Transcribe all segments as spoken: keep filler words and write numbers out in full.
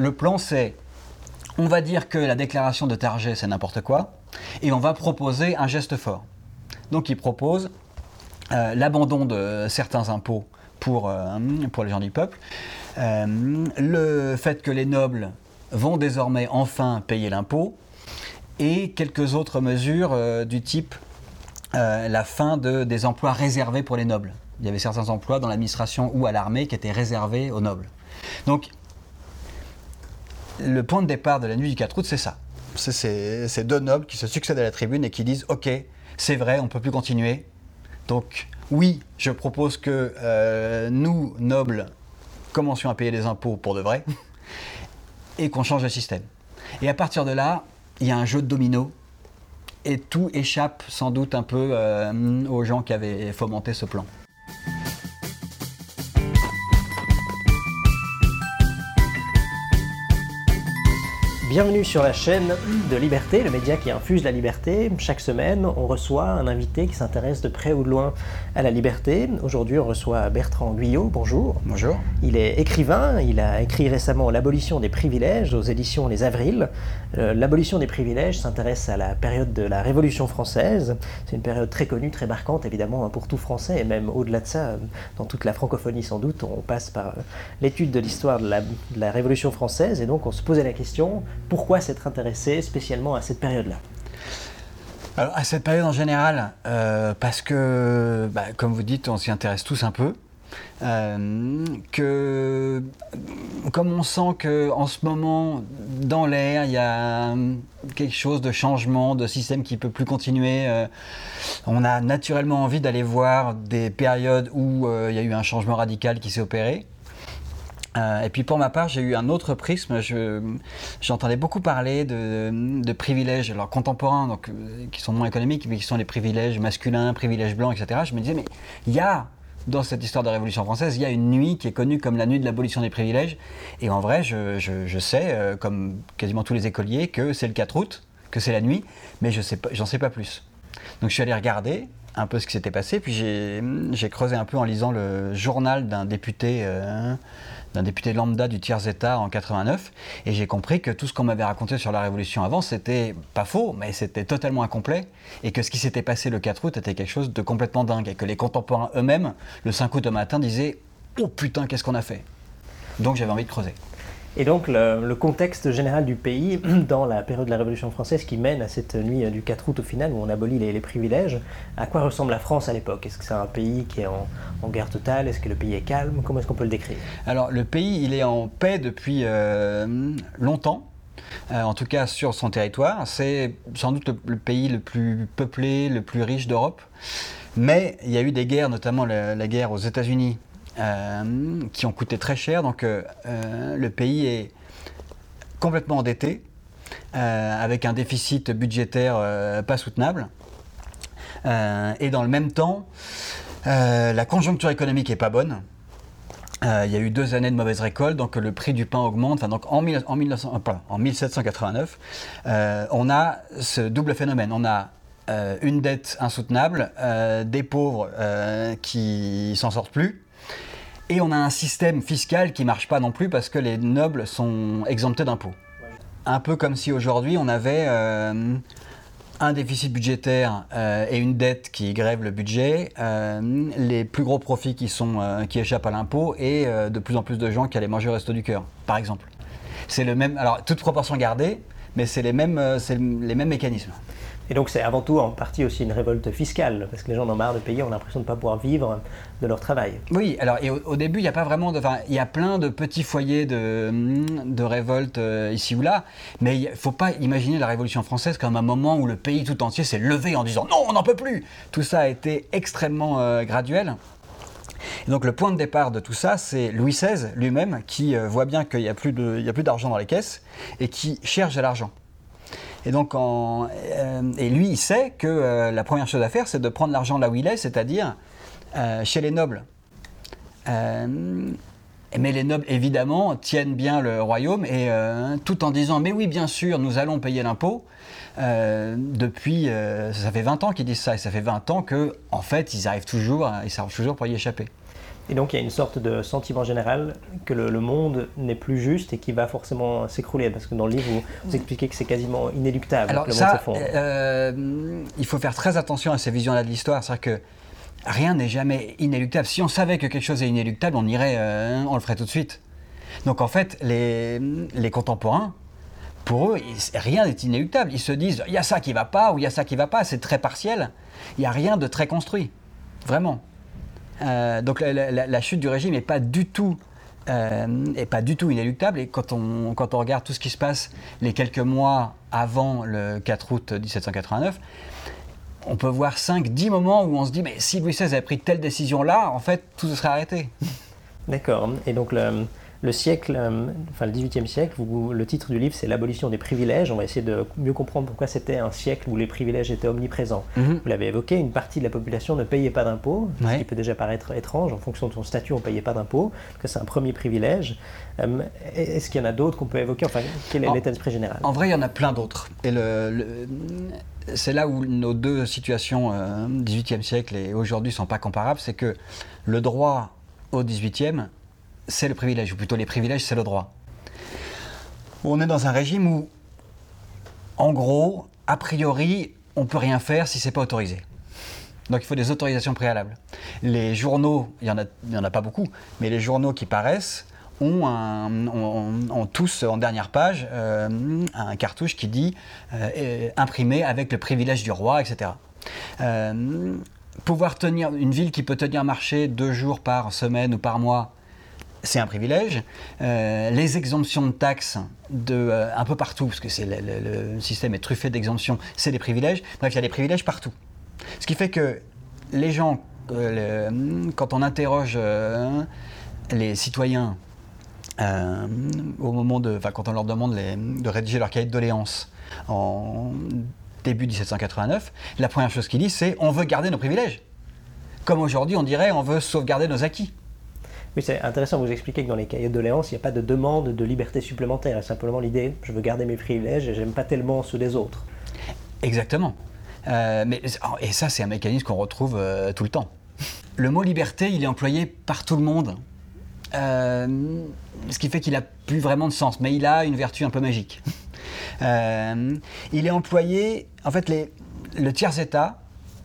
le plan, c'est, on va dire que la déclaration de Target, c'est n'importe quoi, et on va proposer un geste fort. Donc il propose euh, l'abandon de certains impôts pour, euh, pour les gens du peuple, euh, le fait que les nobles vont désormais enfin payer l'impôt, et quelques autres mesures euh, du type euh, la fin de, des emplois réservés pour les nobles. Il y avait certains emplois dans l'administration ou à l'armée qui étaient réservés aux nobles. Donc, le point de départ de la nuit du quatre août, c'est ça. C'est ces, ces deux nobles qui se succèdent à la tribune et qui disent « Ok, c'est vrai, on ne peut plus continuer. Donc, oui, je propose que euh, nous, nobles, commencions à payer des impôts pour de vrai et qu'on change le système. » Et à partir de là, il y a un jeu de domino et tout échappe sans doute un peu euh, aux gens qui avaient fomenté ce plan. Bienvenue sur la chaîne de Liberté, le média qui infuse la liberté. Chaque semaine, on reçoit un invité qui s'intéresse de près ou de loin à la liberté. Aujourd'hui, on reçoit Bertrand Guyot. Bonjour. Bonjour. Il est écrivain. Il a écrit récemment L'abolition des privilèges aux éditions Les Avrils. Euh, L'abolition des privilèges s'intéresse à la période de la Révolution française. C'est une période très connue, très marquante, évidemment, pour tout Français, et même au-delà de ça, dans toute la francophonie sans doute. On passe par l'étude de l'histoire de la, de la Révolution française, et donc on se posait la question... Pourquoi s'être intéressé spécialement à cette période-là ? Alors, à cette période en général, euh, parce que, bah, comme vous dites, on s'y intéresse tous un peu. Euh, que, comme on sent qu'en ce moment, dans l'air, il y a quelque chose de changement, de système qui ne peut plus continuer, euh, on a naturellement envie d'aller voir des périodes où euh, il y a eu un changement radical qui s'est opéré. Euh, et puis pour ma part, j'ai eu un autre prisme. Je, j'entendais beaucoup parler de, de privilèges alors contemporains, donc, euh, qui sont moins économiques, mais qui sont les privilèges masculins, privilèges blancs, et cetera. Je me disais, mais il y a, dans cette histoire de la Révolution française, il y a une nuit qui est connue comme la nuit de l'abolition des privilèges. Et en vrai, je, je, je sais, euh, comme quasiment tous les écoliers, que c'est le quatre août, que c'est la nuit, mais je sais pas, j'en sais pas plus. Donc je suis allé regarder un peu ce qui s'était passé, puis j'ai, j'ai creusé un peu en lisant le journal d'un député... Euh, d'un député lambda du tiers-état en quatre-vingt-neuf, et j'ai compris que tout ce qu'on m'avait raconté sur la Révolution avant, c'était pas faux, mais c'était totalement incomplet, et que ce qui s'était passé le quatre août était quelque chose de complètement dingue, et que les contemporains eux-mêmes, le cinq août au matin, disaient « Oh putain, qu'est-ce qu'on a fait ?» Donc j'avais envie de creuser. Et donc le, le contexte général du pays dans la période de la Révolution française qui mène à cette nuit du quatre août au final où on abolit les, les privilèges, à quoi ressemble la France à l'époque ? Est-ce que c'est un pays qui est en, en guerre totale ? Est-ce que le pays est calme ? Comment est-ce qu'on peut le décrire ? Alors le pays, il est en paix depuis euh, longtemps. Euh, en tout cas sur son territoire. C'est sans doute le, le pays le plus peuplé, le plus riche d'Europe. Mais il y a eu des guerres, notamment la, la guerre aux États-Unis, Euh, qui ont coûté très cher, donc euh, euh, le pays est complètement endetté, euh, avec un déficit budgétaire euh, pas soutenable, euh, et dans le même temps, euh, la conjoncture économique est pas bonne. Euh, il y a eu deux années de mauvaise récolte, donc le prix du pain augmente. Enfin, donc en, mille, en, mille neuf cents, pardon, en mille sept cent quatre-vingt-neuf, euh, on a ce double phénomène. On a euh, une dette insoutenable, euh, des pauvres euh, qui s'en sortent plus. Et on a un système fiscal qui ne marche pas non plus parce que les nobles sont exemptés d'impôts. Un peu comme si aujourd'hui on avait euh, un déficit budgétaire euh, et une dette qui grève le budget, euh, les plus gros profits qui, sont, euh, qui échappent à l'impôt et euh, de plus en plus de gens qui allaient manger au resto du cœur, par exemple. C'est le même, alors toute proportion gardée, mais c'est les mêmes, euh, c'est les mêmes mécanismes. Et donc c'est avant tout en partie aussi une révolte fiscale, parce que les gens en ont marre de payer, ont l'impression de ne pas pouvoir vivre de leur travail. Oui, alors et au, au début, il n'y a pas vraiment de... Enfin, il y a plein de petits foyers de, de révolte euh, ici ou là, mais il ne faut pas imaginer la Révolution française comme un moment où le pays tout entier s'est levé en disant « Non, on n'en peut plus !» Tout ça a été extrêmement euh, graduel. Et donc le point de départ de tout ça, c'est Louis seize lui-même, qui euh, voit bien qu'il n'y a plus de, il y a plus d'argent dans les caisses, et qui cherche de l'argent. Et donc, en, euh, et lui, il sait que euh, la première chose à faire, c'est de prendre l'argent là où il est, c'est-à-dire euh, chez les nobles. Euh, mais les nobles, évidemment, tiennent bien le royaume, et euh, tout en disant « Mais oui, bien sûr, nous allons payer l'impôt euh, », depuis, euh, ça fait vingt ans qu'ils disent ça, et ça fait vingt ans qu'en fait, ils arrivent toujours, ils s'arrangent toujours pour y échapper. Et donc il y a une sorte de sentiment général que le, le monde n'est plus juste et qui va forcément s'écrouler, parce que dans le livre vous, vous expliquez que c'est quasiment inéluctable. Alors que le ça, monde s'effondre. Euh, il faut faire très attention à ces visions-là de l'histoire, c'est-à-dire que rien n'est jamais inéluctable. Si on savait que quelque chose est inéluctable, on irait, euh, on le ferait tout de suite. Donc en fait, les, les contemporains, pour eux, ils, rien n'est inéluctable. Ils se disent, il y a ça qui ne va pas ou il y a ça qui ne va pas, c'est très partiel. Il n'y a rien de très construit, vraiment. Euh, donc la, la, la chute du régime n'est pas du tout, euh, est pas du tout inéluctable. Et quand on, quand on regarde tout ce qui se passe les quelques mois avant le quatre août dix-sept cent quatre-vingt-neuf, on peut voir cinq dix moments où on se dit, mais si Louis seize avait pris telle décision-là, en fait, tout se serait arrêté. D'accord. Et donc le, le siècle, euh, enfin le dix-huitième siècle, vous, le titre du livre, c'est l'abolition des privilèges. On va essayer de mieux comprendre pourquoi c'était un siècle où les privilèges étaient omniprésents. Mm-hmm. Vous l'avez évoqué, une partie de la population ne payait pas d'impôts, ouais. Ce qui peut déjà paraître étrange. En fonction de son statut, on ne payait pas d'impôts, que c'est un premier privilège. Euh, est-ce qu'il y en a d'autres qu'on peut évoquer? Enfin, quel est en, l'état d'esprit général? En vrai, il y en a plein d'autres. Et le, le, c'est là où nos deux situations, euh, dix-huitième siècle et aujourd'hui, ne sont pas comparables. C'est que le droit au dix-huitième, c'est le privilège, ou plutôt les privilèges, c'est le droit. On est dans un régime où, en gros, a priori, on ne peut rien faire si ce n'est pas autorisé. Donc il faut des autorisations préalables. Les journaux, il n'y en a, il y en a pas beaucoup, mais les journaux qui paraissent ont, un, ont, ont tous en dernière page euh, un cartouche qui dit euh, « imprimé avec le privilège du roi », et cetera. Euh, pouvoir tenir, une ville qui peut tenir marché deux jours par semaine ou par mois, c'est un privilège. Euh, les exemptions de taxes de, euh, un peu partout, parce que c'est le, le, le système est truffé d'exemptions, c'est des privilèges. Bref, il y a des privilèges partout. Ce qui fait que les gens, euh, le, quand on interroge euh, les citoyens, euh, au moment de, enfin, quand on leur demande les, de rédiger leur cahier de doléances en début dix-sept cent quatre-vingt-neuf, la première chose qu'ils disent, c'est « on veut garder nos privilèges ». Comme aujourd'hui, on dirait « on veut sauvegarder nos acquis ». Oui, c'est intéressant, vous expliquez que dans les cahiers de doléances, il n'y a pas de demande de liberté supplémentaire. C'est simplement l'idée, je veux garder mes privilèges et j'aime pas tellement ceux des autres. Exactement. Euh, mais, et ça, c'est un mécanisme qu'on retrouve euh, tout le temps. Le mot liberté, il est employé par tout le monde. Euh, ce qui fait qu'il n'a plus vraiment de sens, mais il a une vertu un peu magique. Euh, il est employé, en fait, les, le tiers-état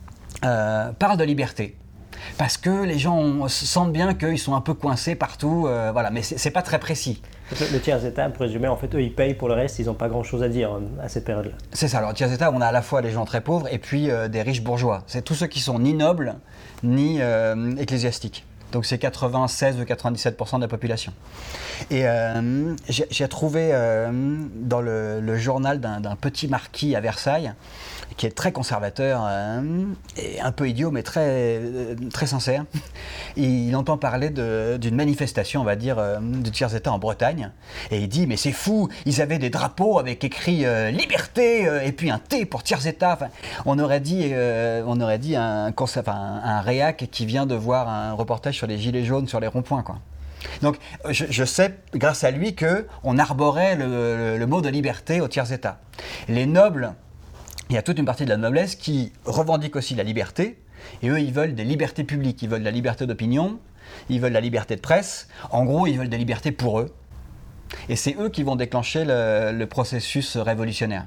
euh, parle de liberté. Parce que les gens sentent bien qu'ils sont un peu coincés partout, euh, voilà, mais c'est, c'est pas très précis. Le, le tiers-état, pour résumer, en fait, eux, ils payent pour le reste, ils n'ont pas grand-chose à dire à cette période-là. C'est ça, alors le tiers-état, on a à la fois des gens très pauvres et puis euh, des riches bourgeois. C'est tous ceux qui sont ni nobles, ni euh, ecclésiastiques. Donc c'est quatre-vingt-seize ou quatre-vingt-dix-sept pour cent de la population. Et euh, j'ai, j'ai trouvé euh, dans le, le journal d'un, d'un petit marquis à Versailles, qui est très conservateur, euh, et un peu idiot, mais très, euh, très sincère. Il entend parler de, d'une manifestation, on va dire, euh, du tiers-état en Bretagne. Et il dit, mais c'est fou, ils avaient des drapeaux avec écrit euh, « Liberté euh, » et puis un T pour tiers-état. Enfin, on aurait dit, euh, on aurait dit un, enfin, un, un réac qui vient de voir un reportage sur les gilets jaunes, sur les ronds-points, quoi. Donc, je, je sais, grâce à lui, qu'on arborait le, le, le mot de liberté au tiers-état. Les nobles, il y a toute une partie de la noblesse qui revendique aussi la liberté, et eux, ils veulent des libertés publiques, ils veulent la liberté d'opinion, ils veulent la liberté de presse, en gros, ils veulent des libertés pour eux. Et c'est eux qui vont déclencher le, le processus révolutionnaire.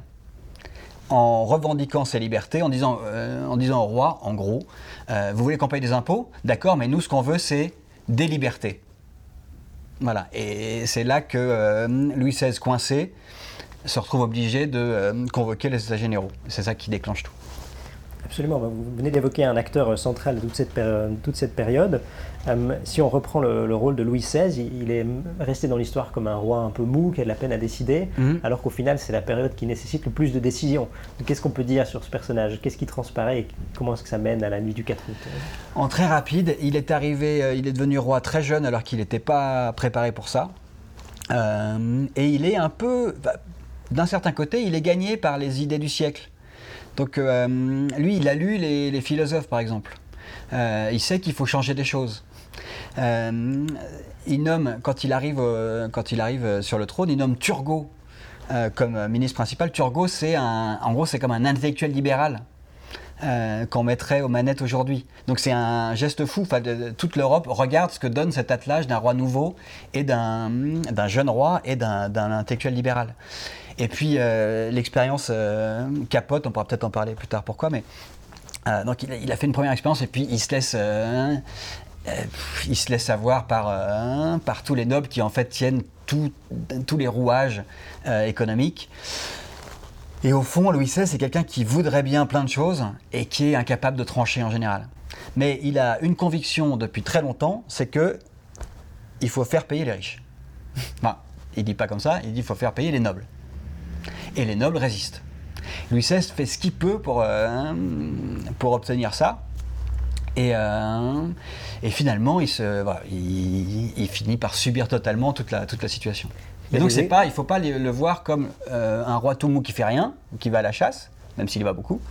En revendiquant ces libertés, en disant, euh, en disant au roi, en gros, euh, vous voulez qu'on paye des impôts? D'accord, mais nous, ce qu'on veut, c'est des libertés. Voilà, et c'est là que euh, Louis seize, coincé, se retrouve obligé de euh, convoquer les États généraux. C'est ça qui déclenche tout. Absolument, vous venez d'évoquer un acteur central de toute cette, péri- toute cette période. Euh, si on reprend le, le rôle de Louis seize, il, il est resté dans l'histoire comme un roi un peu mou, qui a de la peine à décider, mm-hmm. alors qu'au final, c'est la période qui nécessite le plus de décisions. Donc, qu'est-ce qu'on peut dire sur ce personnage? Qu'est-ce qui transparaît et comment est-ce que ça mène à la nuit du quatre août? En très rapide, il est arrivé, euh, il est devenu roi très jeune alors qu'il n'était pas préparé pour ça. Euh, et il est un peu, bah, d'un certain côté, il est gagné par les idées du siècle. Donc euh, lui, il a lu les, les philosophes, par exemple. Euh, il sait qu'il faut changer des choses. Euh, il nomme, quand il arrive, euh, quand il arrive sur le trône, il nomme Turgot euh, comme ministre principal. Turgot, c'est un, en gros, c'est comme un intellectuel libéral. euh, qu'on mettrait aux manettes aujourd'hui. Donc c'est un geste fou. Enfin, de, de, toute l'Europe regarde ce que donne cet attelage d'un roi nouveau et d'un, d'un jeune roi et d'un, d'un intellectuel libéral. Et puis euh, l'expérience euh, capote, on pourra peut-être en parler plus tard pourquoi, mais euh, donc il a, il a fait une première expérience et puis il se laisse... Euh, Euh, il se laisse avoir par, euh, par tous les nobles qui en fait tiennent tout, tous les rouages euh, économiques. Et au fond, Louis seize, c'est quelqu'un qui voudrait bien plein de choses et qui est incapable de trancher en général. Mais il a une conviction depuis très longtemps, c'est que il faut faire payer les riches. Enfin, il dit pas comme ça, il dit qu'il faut faire payer les nobles. Et les nobles résistent. Louis seize fait ce qu'il peut pour, euh, pour obtenir ça. Et, euh, et finalement, il, se, voilà, il, il finit par subir totalement toute la, toute la situation. Et donc, c'est pas, il ne faut pas le, le voir comme euh, un roi tout mou qui fait rien, qui va à la chasse, même s'il y va beaucoup,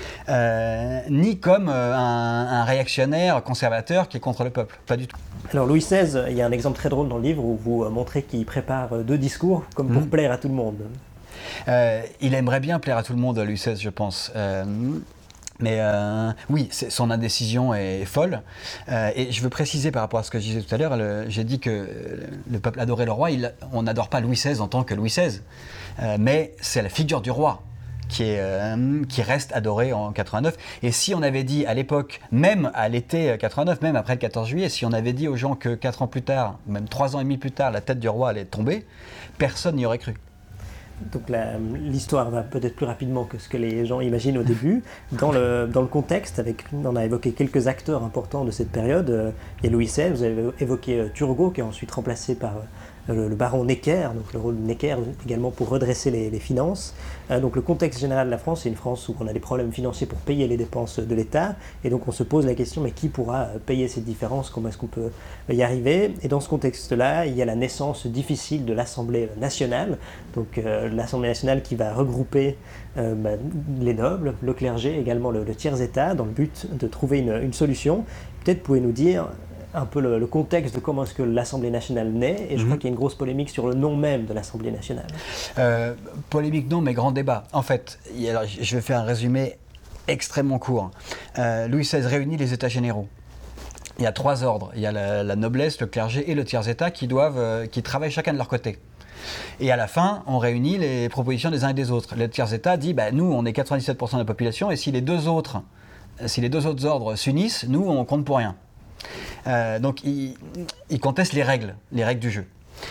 euh, ni comme euh, un, un réactionnaire conservateur qui est contre le peuple. Pas du tout. Alors, Louis seize, il y a un exemple très drôle dans le livre où vous montrez qu'il prépare deux discours comme pour mmh. plaire à tout le monde. Euh, il aimerait bien plaire à tout le monde, Louis seize, je pense. Euh, Mais euh, oui, son indécision est folle. Euh, et je veux préciser par rapport à ce que je disais tout à l'heure, le, j'ai dit que le peuple adorait le roi. Il, on n'adore pas Louis seize en tant que Louis seize. Euh, mais c'est la figure du roi qui, est, euh, qui reste adorée en quatre-vingt-neuf. Et si on avait dit à l'époque, même à l'été quatre-vingt-neuf, même après le quatorze juillet, si on avait dit aux gens que quatre ans plus tard, même trois ans et demi plus tard, la tête du roi allait tomber, personne n'y aurait cru. Donc la, l'histoire va peut-être plus rapidement que ce que les gens imaginent au début. Dans le, dans le contexte, avec, on a évoqué quelques acteurs importants de cette période. Euh, il y a Louis seize, vous avez évoqué euh, Turgot, qui est ensuite remplacé par euh, le, le baron Necker, donc le rôle de Necker également pour redresser les, les finances. Euh, donc le contexte général de la France, c'est une France où on a des problèmes financiers pour payer les dépenses de l'État. Et donc on se pose la question, mais qui pourra payer cette différence? Comment est-ce qu'on peut y arriver? Et dans ce contexte-là, il y a la naissance difficile de l'Assemblée nationale. Donc euh, l'Assemblée nationale qui va regrouper euh, bah, les nobles, le clergé, également le, le tiers-état, dans le but de trouver une, une solution. Peut-être pouvez-vous nous dire un peu le, le contexte de comment est-ce que l'Assemblée nationale naît, et je mmh. crois qu'il y a une grosse polémique sur le nom même de l'Assemblée nationale. Euh, polémique non, mais grand débat. En fait, alors, je vais faire un résumé extrêmement court. Euh, Louis seize réunit les États généraux. Il y a trois ordres. Il y a la, la noblesse, le clergé et le tiers-état qui, doivent, euh, qui travaillent chacun de leur côté. Et à la fin, on réunit les propositions des uns et des autres. Le tiers-état dit, bah, nous, on est quatre-vingt-dix-sept pour cent de la population, et si les deux autres, si les deux autres ordres s'unissent, nous, on compte pour rien. Euh, donc, ils, ils contestent les règles, les règles du jeu.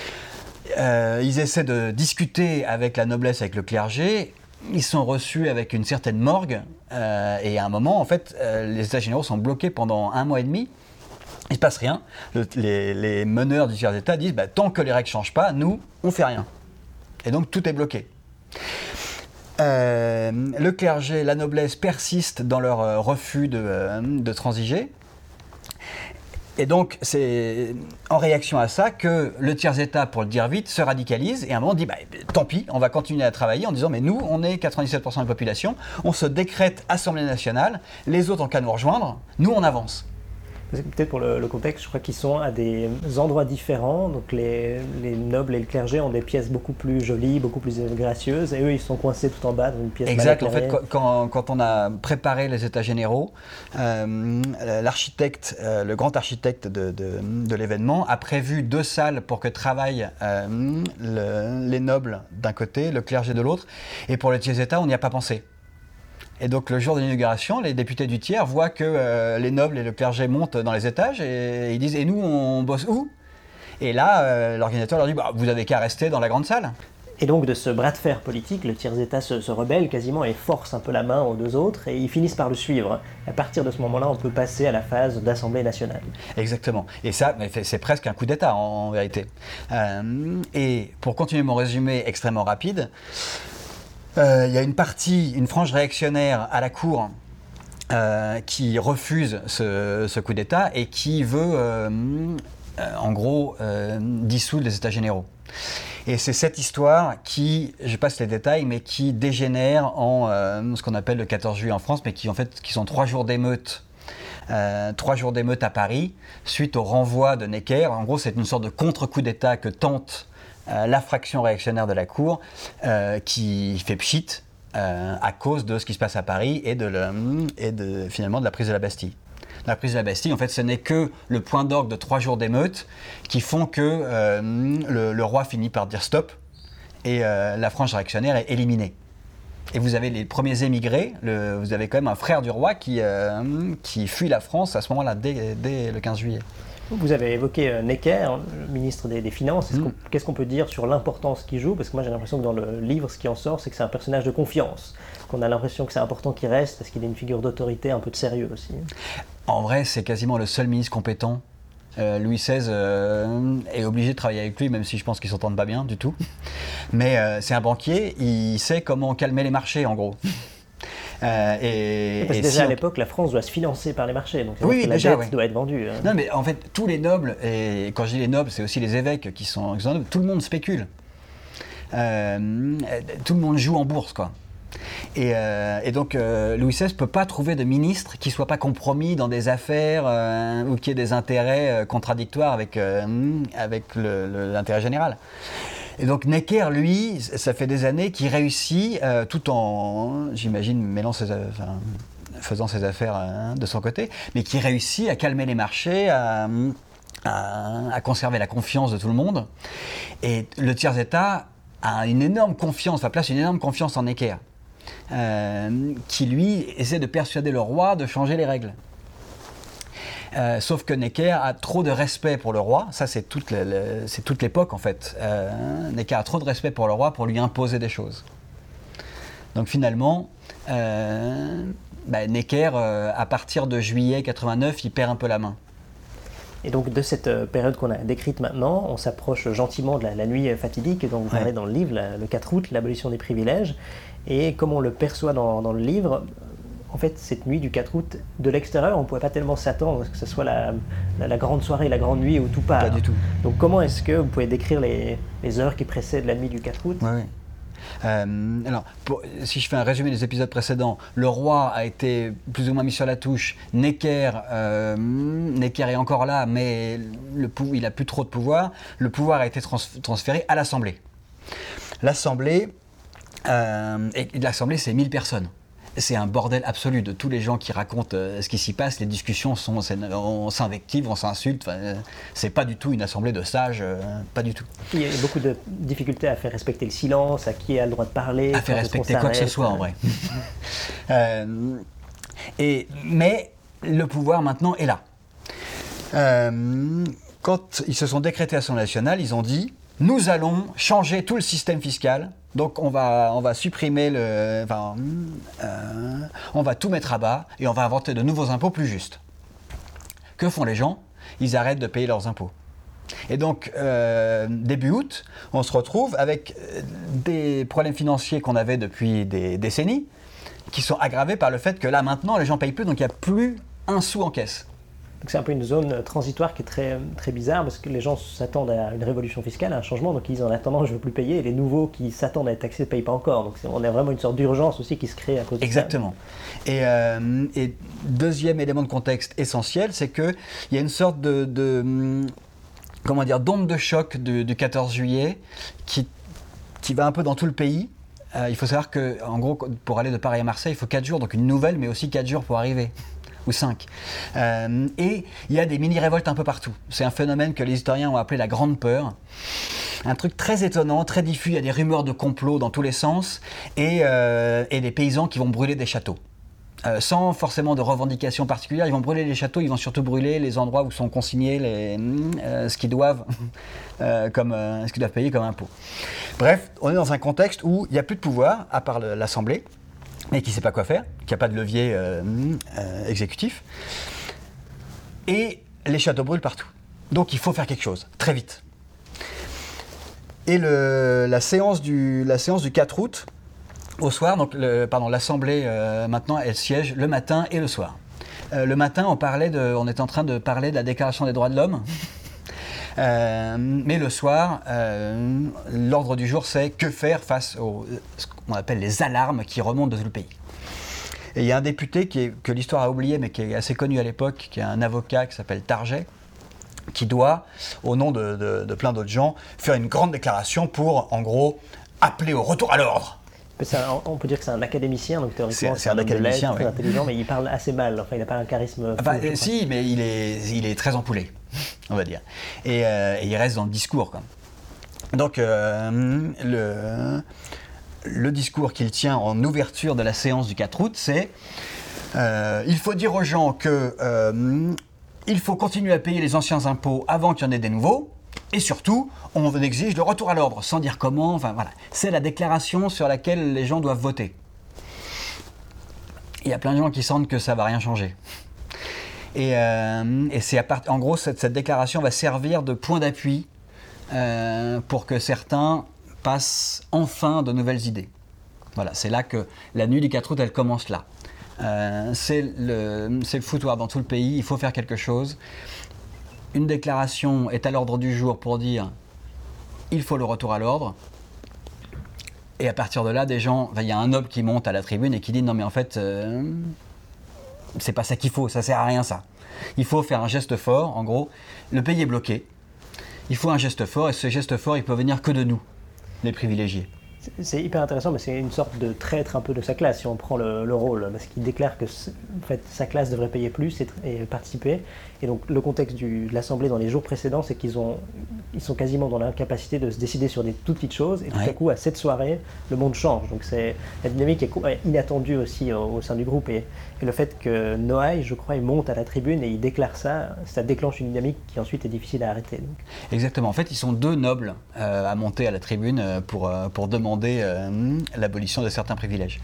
Euh, ils essaient de discuter avec la noblesse, avec le clergé. Ils sont reçus avec une certaine morgue. Euh, et à un moment, en fait, euh, les États généraux sont bloqués pendant un mois et demi. Il ne se passe rien. Le, les, les meneurs du tiers-état disent bah, tant que les règles ne changent pas, nous, on ne fait rien. Et donc, tout est bloqué. Euh, le clergé, la noblesse persistent dans leur euh, refus de, euh, de transiger. Et donc, c'est en réaction à ça que le tiers-état, pour le dire vite, se radicalise et à un moment dit bah, tant pis, on va continuer à travailler en disant mais nous, on est quatre-vingt-dix-sept pour cent de la population, on se décrète Assemblée nationale, les autres en qu'à nous rejoindre, nous on avance. Peut-être pour le, le contexte, je crois qu'ils sont à des endroits différents. Donc les, les nobles et le clergé ont des pièces beaucoup plus jolies, beaucoup plus gracieuses, et eux ils sont coincés tout en bas dans une pièce. Exact. En fait, quand, quand on a préparé les États généraux, euh, l'architecte, euh, le grand architecte de, de, de l'événement, a prévu deux salles pour que travaillent euh, le, les nobles d'un côté, le clergé de l'autre, et pour le tiers-état, on n'y a pas pensé. Et donc le jour de l'inauguration, les députés du tiers voient que euh, les nobles et le clergé montent dans les étages et, et ils disent « Et nous, on bosse où ?» Et là, euh, l'organisateur leur dit bah, « Vous n'avez qu'à rester dans la grande salle. » Et donc de ce bras de fer politique, le tiers-état se, se rebelle quasiment et force un peu la main aux deux autres et ils finissent par le suivre. À partir de ce moment-là, on peut passer à la phase d'Assemblée nationale. Exactement. Et ça, c'est presque un coup d'État en, en vérité. Euh, et pour continuer mon résumé extrêmement rapide, il euh, y a une partie, une frange réactionnaire à la cour euh, qui refuse ce, ce coup d'État et qui veut, euh, euh, en gros, euh, dissoudre les États généraux. Et c'est cette histoire qui, je passe les détails, mais qui dégénère en euh, ce qu'on appelle le quatorze juillet en France, mais qui en fait qui sont trois jours d'émeute. Euh, trois jours d'émeute à Paris, suite au renvoi de Necker. En gros, c'est une sorte de contre-coup d'État que tente Euh, la fraction réactionnaire de la cour euh, qui fait pchit euh, à cause de ce qui se passe à Paris et, de le, et de, finalement de la prise de la Bastille. La prise de la Bastille, en fait, ce n'est que le point d'orgue de trois jours d'émeutes qui font que euh, le, le roi finit par dire stop et euh, la frange réactionnaire est éliminée. Et vous avez les premiers émigrés, le, vous avez quand même un frère du roi qui, euh, qui fuit la France à ce moment-là, dès, dès le quinze juillet. Vous avez évoqué euh, Necker, le ministre des, des Finances. Mmh. Qu'on, qu'est-ce qu'on peut dire sur l'importance qu'il joue? Parce que moi j'ai l'impression que dans le livre, ce qui en sort, c'est que c'est un personnage de confiance. Qu'on a l'impression que c'est important qu'il reste parce qu'il est une figure d'autorité, un peu de sérieux aussi. En vrai, c'est quasiment le seul ministre compétent. Euh, Louis seize euh, est obligé de travailler avec lui, même si je pense qu'ils ne s'entendent pas bien du tout. Mais euh, c'est un banquier, il sait comment calmer les marchés en gros. Euh, et, Parce que et déjà si à on... l'époque, la France doit se financer par les marchés, donc oui, la déjà, dette ouais. doit être vendue. Hein. Non, mais en fait, tous les nobles, et quand je dis les nobles, c'est aussi les évêques qui sont, qui sont nobles, tout le monde spécule. Euh, tout le monde joue en bourse, quoi. Et, euh, et donc, euh, Louis seize ne peut pas trouver de ministre qui ne soit pas compromis dans des affaires euh, ou qui ait des intérêts euh, contradictoires avec, euh, avec le, le, l'intérêt général. Et donc Necker, lui, ça fait des années qu'il réussit, euh, tout en, j'imagine, mêlant ses, enfin, faisant ses affaires hein, de son côté, mais qui réussit à calmer les marchés, à, à, à conserver la confiance de tout le monde. Et le tiers-État a une énorme confiance, enfin place une énorme confiance en Necker, euh, qui lui essaie de persuader le roi de changer les règles. Euh, sauf que Necker a trop de respect pour le roi, ça c'est toute, le, le, c'est toute l'époque en fait. Euh, Necker a trop de respect pour le roi pour lui imposer des choses. Donc finalement, euh, bah, Necker, euh, à partir de juillet quatre-vingt-neuf, il perd un peu la main. Et donc de cette euh, période qu'on a décrite maintenant, on s'approche gentiment de la, la nuit fatidique dont vous parlez ouais. dans le livre, la, le quatre août, l'abolition des privilèges. Et comme on le perçoit dans, dans le livre, en fait, cette nuit du quatre août, de l'extérieur, on ne pouvait pas tellement s'attendre à ce que ce soit la, la, la grande soirée, la grande nuit où tout part. Pas du tout. Donc comment est-ce que vous pouvez décrire les, les heures qui précèdent la nuit du quatre août? Oui, oui. Euh, alors, pour, si je fais un résumé des épisodes précédents, le roi a été plus ou moins mis sur la touche. Necker, euh, Necker est encore là, mais le, il n'a plus trop de pouvoir. Le pouvoir a été trans, transféré à l'Assemblée. L'Assemblée, euh, et l'Assemblée, c'est mille personnes. C'est un bordel absolu de tous les gens qui racontent euh, ce qui s'y passe. Les discussions sont, on s'invective, on s'insulte. Euh, c'est pas du tout une assemblée de sages, euh, pas du tout. Il y a beaucoup de difficultés à faire respecter le silence, à qui a le droit de parler. À faire respecter quoi que ce soit, en vrai. euh, et, mais le pouvoir maintenant est là. Euh, quand ils se sont décrétés à l'Assemblée nationale, ils ont dit « Nous allons changer tout le système fiscal ». Donc on va, on va supprimer le... Enfin, euh, on va tout mettre à bas et on va inventer de nouveaux impôts plus justes. Que font les gens? Ils arrêtent de payer leurs impôts. Et donc, euh, début août, on se retrouve avec des problèmes financiers qu'on avait depuis des décennies, qui sont aggravés par le fait que là, maintenant, les gens ne payent plus, donc il n'y a plus un sou en caisse. Donc c'est un peu une zone transitoire qui est très, très bizarre parce que les gens s'attendent à une révolution fiscale, à un changement, donc ils disent en attendant je ne veux plus payer, et les nouveaux qui s'attendent à être taxés ne payent pas encore. Donc c'est, on a vraiment une sorte d'urgence aussi qui se crée à cause de ça. Exactement. Et, euh, et deuxième élément de contexte essentiel, c'est qu'il y a une sorte de, de comment dire, d'onde de choc du, du quatorze juillet qui, qui va un peu dans tout le pays. Euh, il faut savoir qu'en gros, pour aller de Paris à Marseille, il faut quatre jours, donc une nouvelle, mais aussi quatre jours pour arriver. Ou cinq. Euh, et il y a des mini-révoltes un peu partout. C'est un phénomène que les historiens ont appelé la grande peur. Un truc très étonnant, très diffus, il y a des rumeurs de complot dans tous les sens, et, euh, et des paysans qui vont brûler des châteaux. Euh, sans forcément de revendications particulières, ils vont brûler les châteaux, ils vont surtout brûler les endroits où sont consignés les, euh, ce qu'ils doivent, euh, comme, euh, ce qu'ils doivent payer comme impôt. Bref, on est dans un contexte où il n'y a plus de pouvoir, à part le, l'Assemblée, mais qui ne sait pas quoi faire, qui n'a pas de levier euh, euh, exécutif. Et les châteaux brûlent partout. Donc il faut faire quelque chose, très vite. Et le, la, séance du, la séance du quatre août, au soir, donc le, pardon, l'Assemblée, euh, maintenant, elle siège le matin et le soir. Euh, le matin, on, parlait de, on est en train de parler de la Déclaration des droits de l'homme. Euh, mais le soir, euh, l'ordre du jour, c'est que faire face aux ce qu'on appelle les alarmes qui remontent de tout le pays. Et il y a un député qui est, que l'histoire a oublié, mais qui est assez connu à l'époque, qui est un avocat qui s'appelle Target, qui doit, au nom de, de, de plein d'autres gens, faire une grande déclaration pour, en gros, appeler au retour à l'ordre. Un, on peut dire que c'est un académicien, donc théoriquement c'est, c'est un, un académicien, très oui. intelligent, mais il parle assez mal. Enfin, il n'a pas un charisme. Enfin, fou, si, mais il est, il est très ampoulé, on va dire. Et, euh, et il reste dans le discours, quoi. Donc, euh, le, le discours qu'il tient en ouverture de la séance du quatre août, c'est euh, il faut dire aux gens que euh, il faut continuer à payer les anciens impôts avant qu'il y en ait des nouveaux. Et surtout, on exige le retour à l'ordre, sans dire comment, enfin voilà. C'est la déclaration sur laquelle les gens doivent voter. Il y a plein de gens qui sentent que ça ne va rien changer. Et, euh, et c'est à part... en gros, cette, cette déclaration va servir de point d'appui euh, pour que certains passent enfin de nouvelles idées. Voilà, c'est là que la nuit du quatre août, elle commence là. Euh, c'est, le, c'est le foutoir dans tout le pays, il faut faire quelque chose. Une déclaration est à l'ordre du jour pour dire il faut le retour à l'ordre. Et à partir de là, des gens, il y a un noble qui monte à la tribune et qui dit non mais en fait, euh, c'est pas ça qu'il faut, ça sert à rien ça. Il faut faire un geste fort, en gros, le pays est bloqué. Il faut un geste fort et ce geste fort, il peut venir que de nous, les privilégiés. C'est hyper intéressant, mais c'est une sorte de traître un peu de sa classe, si on prend le, le rôle, parce qu'il déclare que en fait, sa classe devrait payer plus et, et participer. Et donc le contexte du, de l'Assemblée dans les jours précédents, c'est qu'ils ont, ils sont quasiment dans l'incapacité de se décider sur des toutes petites choses, et tout ouais. à coup, à cette soirée, le monde change. Donc c'est, la dynamique est inattendue aussi au, au sein du groupe, et, et le fait que Noailles, je crois, il monte à la tribune et il déclare ça, ça déclenche une dynamique qui ensuite est difficile à arrêter. Donc. Exactement. En fait, ils sont deux nobles euh, à monter à la tribune pour, euh, pour demander Euh, l'abolition de certains privilèges.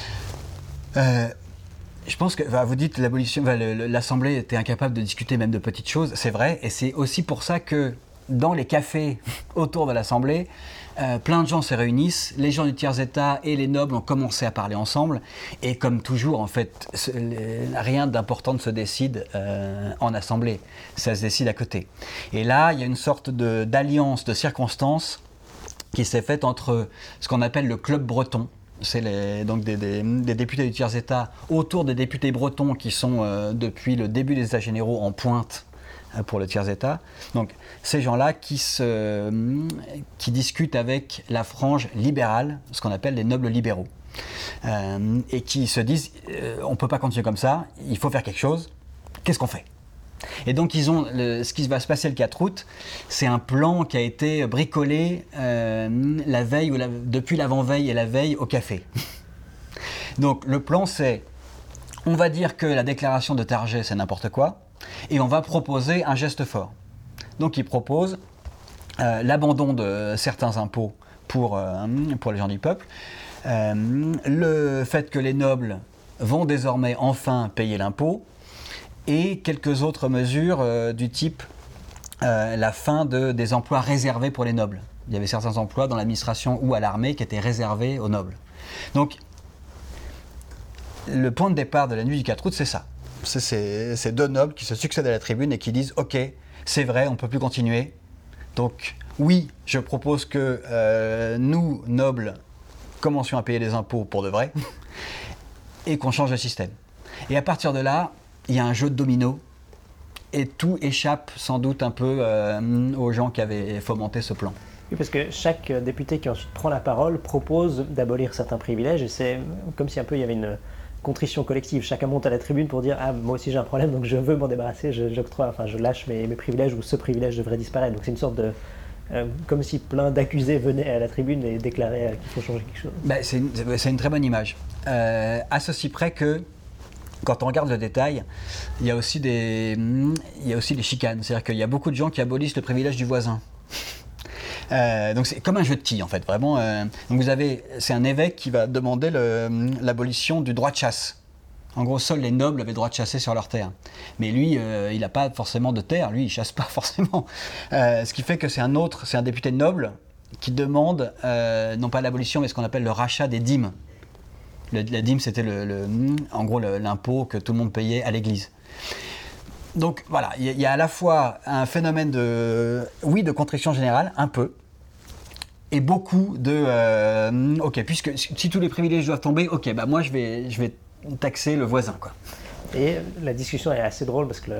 Euh, je pense que bah, vous dites l'abolition, bah, le, l'Assemblée était incapable de discuter même de petites choses, c'est vrai, et c'est aussi pour ça que dans les cafés autour de l'Assemblée, euh, plein de gens se réunissent, les gens du tiers-état et les nobles ont commencé à parler ensemble, et comme toujours, en fait, ce, les, rien d'important ne se décide euh, en Assemblée, ça se décide à côté. Et là, il y a une sorte de, d'alliance de circonstances qui s'est faite entre ce qu'on appelle le club breton. C'est les, donc des, des, des députés du tiers-état autour des députés bretons qui sont euh, depuis le début des États généraux en pointe euh, pour le tiers-état. Donc ces gens-là qui, se, qui discutent avec la frange libérale, ce qu'on appelle les nobles libéraux, euh, et qui se disent euh, on ne peut pas continuer comme ça, il faut faire quelque chose, qu'est-ce qu'on fait ? Et donc, ils ont le, ce qui va se passer le quatre août, c'est un plan qui a été bricolé euh, la veille ou la, depuis l'avant-veille et la veille au café. Donc, le plan, c'est on va dire que la déclaration de Target, c'est n'importe quoi, et on va proposer un geste fort. Donc, ils proposent euh, l'abandon de certains impôts pour, euh, pour les gens du peuple, euh, le fait que les nobles vont désormais enfin payer l'impôt, et quelques autres mesures euh, du type euh, la fin de, des emplois réservés pour les nobles. Il y avait certains emplois dans l'administration ou à l'armée qui étaient réservés aux nobles. Donc, le point de départ de la nuit du quatre août, c'est ça. C'est ces, ces deux nobles qui se succèdent à la tribune et qui disent « Ok, c'est vrai, on ne peut plus continuer. Donc, oui, je propose que euh, nous, nobles, commencions à payer les impôts pour de vrai et qu'on change le système. » Et à partir de là, il y a un jeu de domino et tout échappe sans doute un peu euh, aux gens qui avaient fomenté ce plan. Oui, parce que chaque député qui ensuite prend la parole propose d'abolir certains privilèges et c'est comme si un peu il y avait une contrition collective. Chacun monte à la tribune pour dire « Ah, moi aussi j'ai un problème, donc je veux m'en débarrasser, je, j'octroie, enfin je lâche mes, mes privilèges ou ce privilège devrait disparaître. » Donc c'est une sorte de... Euh, comme si plein d'accusés venaient à la tribune et déclaraient euh, qu'il faut changer quelque chose. Ben, c'est, une, c'est une très bonne image. Euh, à ceci près que quand on regarde le détail, il y a aussi des, il y a aussi des chicanes. C'est-à-dire qu'il y a beaucoup de gens qui abolissent le privilège du voisin. Euh, donc c'est comme un jeu de quilles en fait, vraiment. Euh, donc vous avez, c'est un évêque qui va demander le, l'abolition du droit de chasse. En gros, seuls les nobles avaient le droit de chasser sur leur terre. Mais lui, euh, il n'a pas forcément de terre. Lui, il chasse pas forcément. Euh, ce qui fait que c'est un autre, c'est un député noble qui demande euh, non pas l'abolition, mais ce qu'on appelle le rachat des dîmes. Le, la dîme, c'était le, le, en gros le, l'impôt que tout le monde payait à l'église. Donc voilà, il y, y a à la fois un phénomène de, oui, de contrition générale, un peu, et beaucoup de, euh, ok, puisque si tous les privilèges doivent tomber, ok, bah moi je vais, je vais taxer le voisin, quoi. Et la discussion est assez drôle parce que le,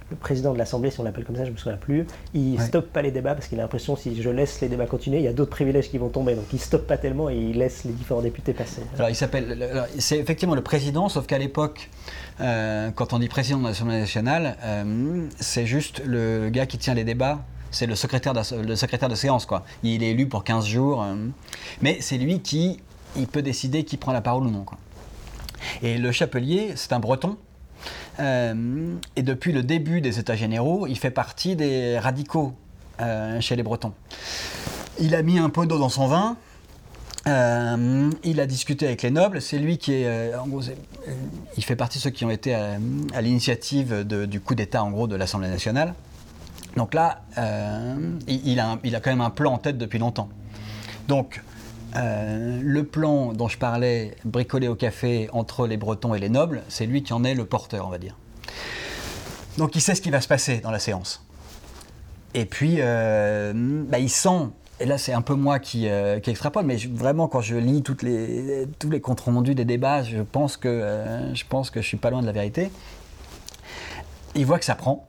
le président de l'Assemblée, si on l'appelle comme ça, je ne me souviens plus, il ne Ouais. stoppe pas les débats parce qu'il a l'impression que si je laisse les débats continuer, il y a d'autres privilèges qui vont tomber. Donc il ne stoppe pas tellement et il laisse les différents députés passer. Alors, il s'appelle. alors, C'est effectivement le président, sauf qu'à l'époque, euh, quand on dit président de l'Assemblée nationale, euh, c'est juste le gars qui tient les débats. C'est le secrétaire, le secrétaire de séance, quoi. Il est élu pour quinze jours, euh, mais c'est lui qui il peut décider qui prend la parole ou non, quoi. Et le Chapelier, c'est un Breton. Euh, et depuis le début des États généraux, il fait partie des radicaux euh, chez les Bretons. Il a mis un peu d'eau dans son vin. Euh, il a discuté avec les nobles. C'est lui qui est, euh, en gros, c'est, euh, il fait partie de ceux qui ont été à, à l'initiative de, du coup d'État, en gros, de l'Assemblée nationale. Donc là, euh, il, il, a un, il a quand même un plan en tête depuis longtemps. Donc, euh, le plan dont je parlais, bricolé au café entre les Bretons et les nobles, c'est lui qui en est le porteur, on va dire. Donc il sait ce qui va se passer dans la séance. Et puis, euh, bah, il sent, et là c'est un peu moi qui, euh, qui extrapole, mais je, vraiment quand je lis toutes les, tous les comptes rendus des débats, je pense que, euh, je pense que je suis pas loin de la vérité. Il voit que ça prend,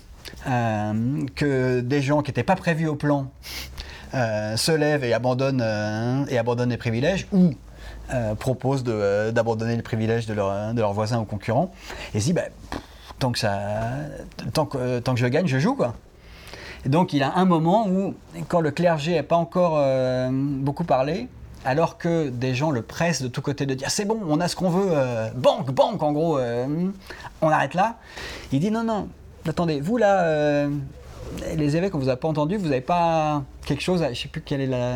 euh, que des gens qui n'étaient pas prévus au plan Euh, se lèvent et abandonnent, euh, et abandonnent les privilèges ou euh, proposent de, euh, d'abandonner les privilèges de, leur, de leurs voisins ou concurrents et se dit bah, pff, tant, que ça, tant, que, euh, tant que je gagne, je joue, quoi. Et donc il a un moment où, quand le clergé n'a pas encore euh, beaucoup parlé, alors que des gens le pressent de tous côtés de dire c'est bon, on a ce qu'on veut, euh, banque, banque, en gros, euh, on arrête là, il dit non, non, attendez, vous là. Euh, Les évêques, on ne vous a pas entendu, vous n'avez pas quelque chose, à, je ne sais plus quelle est la,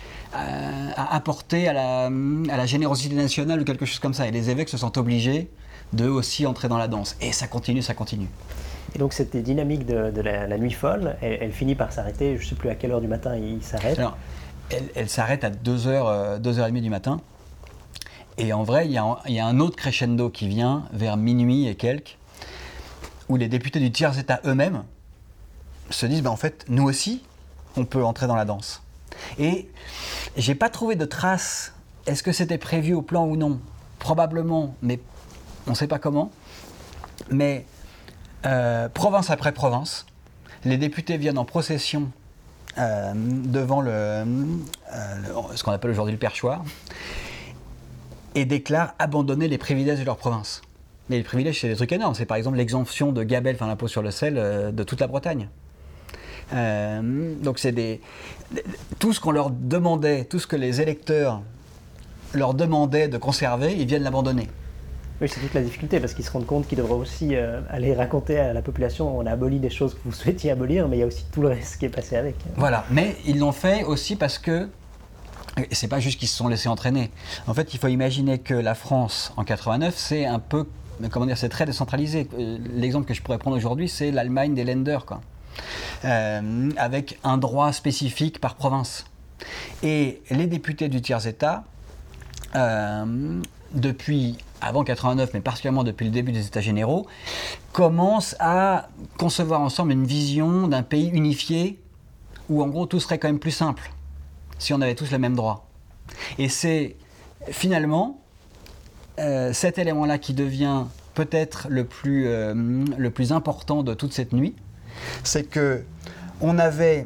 à, à apporter à la, à la générosité nationale ou quelque chose comme ça. Et les évêques se sentent obligés d'eux aussi entrer dans la danse. Et ça continue, ça continue. Et donc cette dynamique de, de la, la nuit folle, elle, elle finit par s'arrêter, je ne sais plus à quelle heure du matin il s'arrête. Alors, elle, elle s'arrête à deux heures, deux heures trente du matin. Et en vrai, il y, a un, il y a un autre crescendo qui vient vers minuit et quelques, où les députés du tiers-état eux-mêmes se disent, bah en fait, nous aussi, on peut entrer dans la danse. Et j'ai pas trouvé de traces. Est-ce que c'était prévu au plan ou non ? Probablement, mais on ne sait pas comment. Mais euh, province après province, les députés viennent en procession euh, devant le, euh, le, ce qu'on appelle aujourd'hui le perchoir et déclarent abandonner les privilèges de leur province. Mais les privilèges, c'est des trucs énormes. C'est par exemple l'exemption de gabelle, enfin l'impôt sur le sel, euh, de toute la Bretagne. Euh, donc c'est des, tout ce qu'on leur demandait, tout ce que les électeurs leur demandaient de conserver, ils viennent l'abandonner. Oui, c'est toute la difficulté, parce qu'ils se rendent compte qu'ils devraient aussi euh, aller raconter à la population on a aboli des choses que vous souhaitiez abolir, mais il y a aussi tout le reste qui est passé avec. Voilà, mais ils l'ont fait aussi parce que c'est pas juste qu'ils se sont laissés entraîner. En fait, il faut imaginer que la France en quatre-vingt-neuf, c'est un peu, comment dire, c'est très décentralisé. L'exemple que je pourrais prendre aujourd'hui, c'est l'Allemagne des Länder, quoi. Euh, avec un droit spécifique par province. Et les députés du tiers-État, euh, depuis avant quatre-vingt-neuf, mais particulièrement depuis le début des États généraux, commencent à concevoir ensemble une vision d'un pays unifié où en gros tout serait quand même plus simple si on avait tous le même droit. Et c'est finalement euh, cet élément-là qui devient peut-être le plus, euh, le plus important de toute cette nuit. C'est que on avait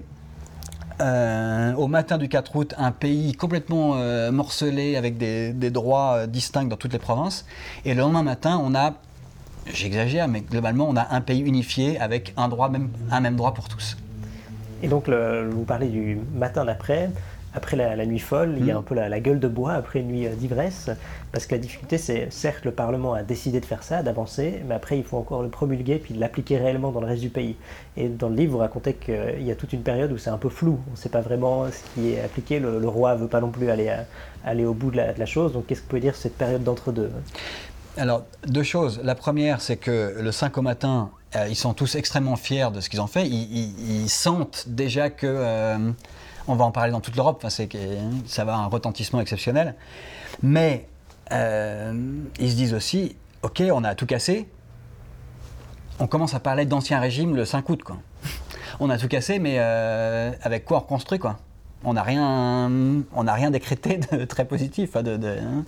euh, au matin du quatre août un pays complètement euh, morcelé avec des, des droits euh, distincts dans toutes les provinces, et le lendemain matin on a, j'exagère, mais globalement on a un pays unifié avec un droit, même, un même droit pour tous. Et donc le, vous parlez du matin d'après. Après la, la nuit folle, mmh. il y a un peu la, la gueule de bois après une nuit d'ivresse, parce que la difficulté, c'est certes le Parlement a décidé de faire ça, d'avancer, mais après il faut encore le promulguer puis l'appliquer réellement dans le reste du pays. Et dans le livre, vous racontez qu'il y a toute une période où c'est un peu flou, on ne sait pas vraiment ce qui est appliqué, le, le roi ne veut pas non plus aller, à, aller au bout de la, de la chose, donc qu'est-ce que vous pouvez dire sur cette période d'entre-deux ? Alors, deux choses. La première, c'est que le cinq au matin, euh, ils sont tous extrêmement fiers de ce qu'ils ont fait, ils, ils, ils sentent déjà que... Euh, on va en parler dans toute l'Europe, enfin, c'est que ça va avoir un retentissement exceptionnel. Mais euh, ils se disent aussi, ok, on a tout cassé, on commence à parler d'ancien régime le cinq août, quoi. On a tout cassé, mais euh, avec quoi on reconstruit, quoi. On n'a rien, on n'a rien décrété de très positif. De, de, hein.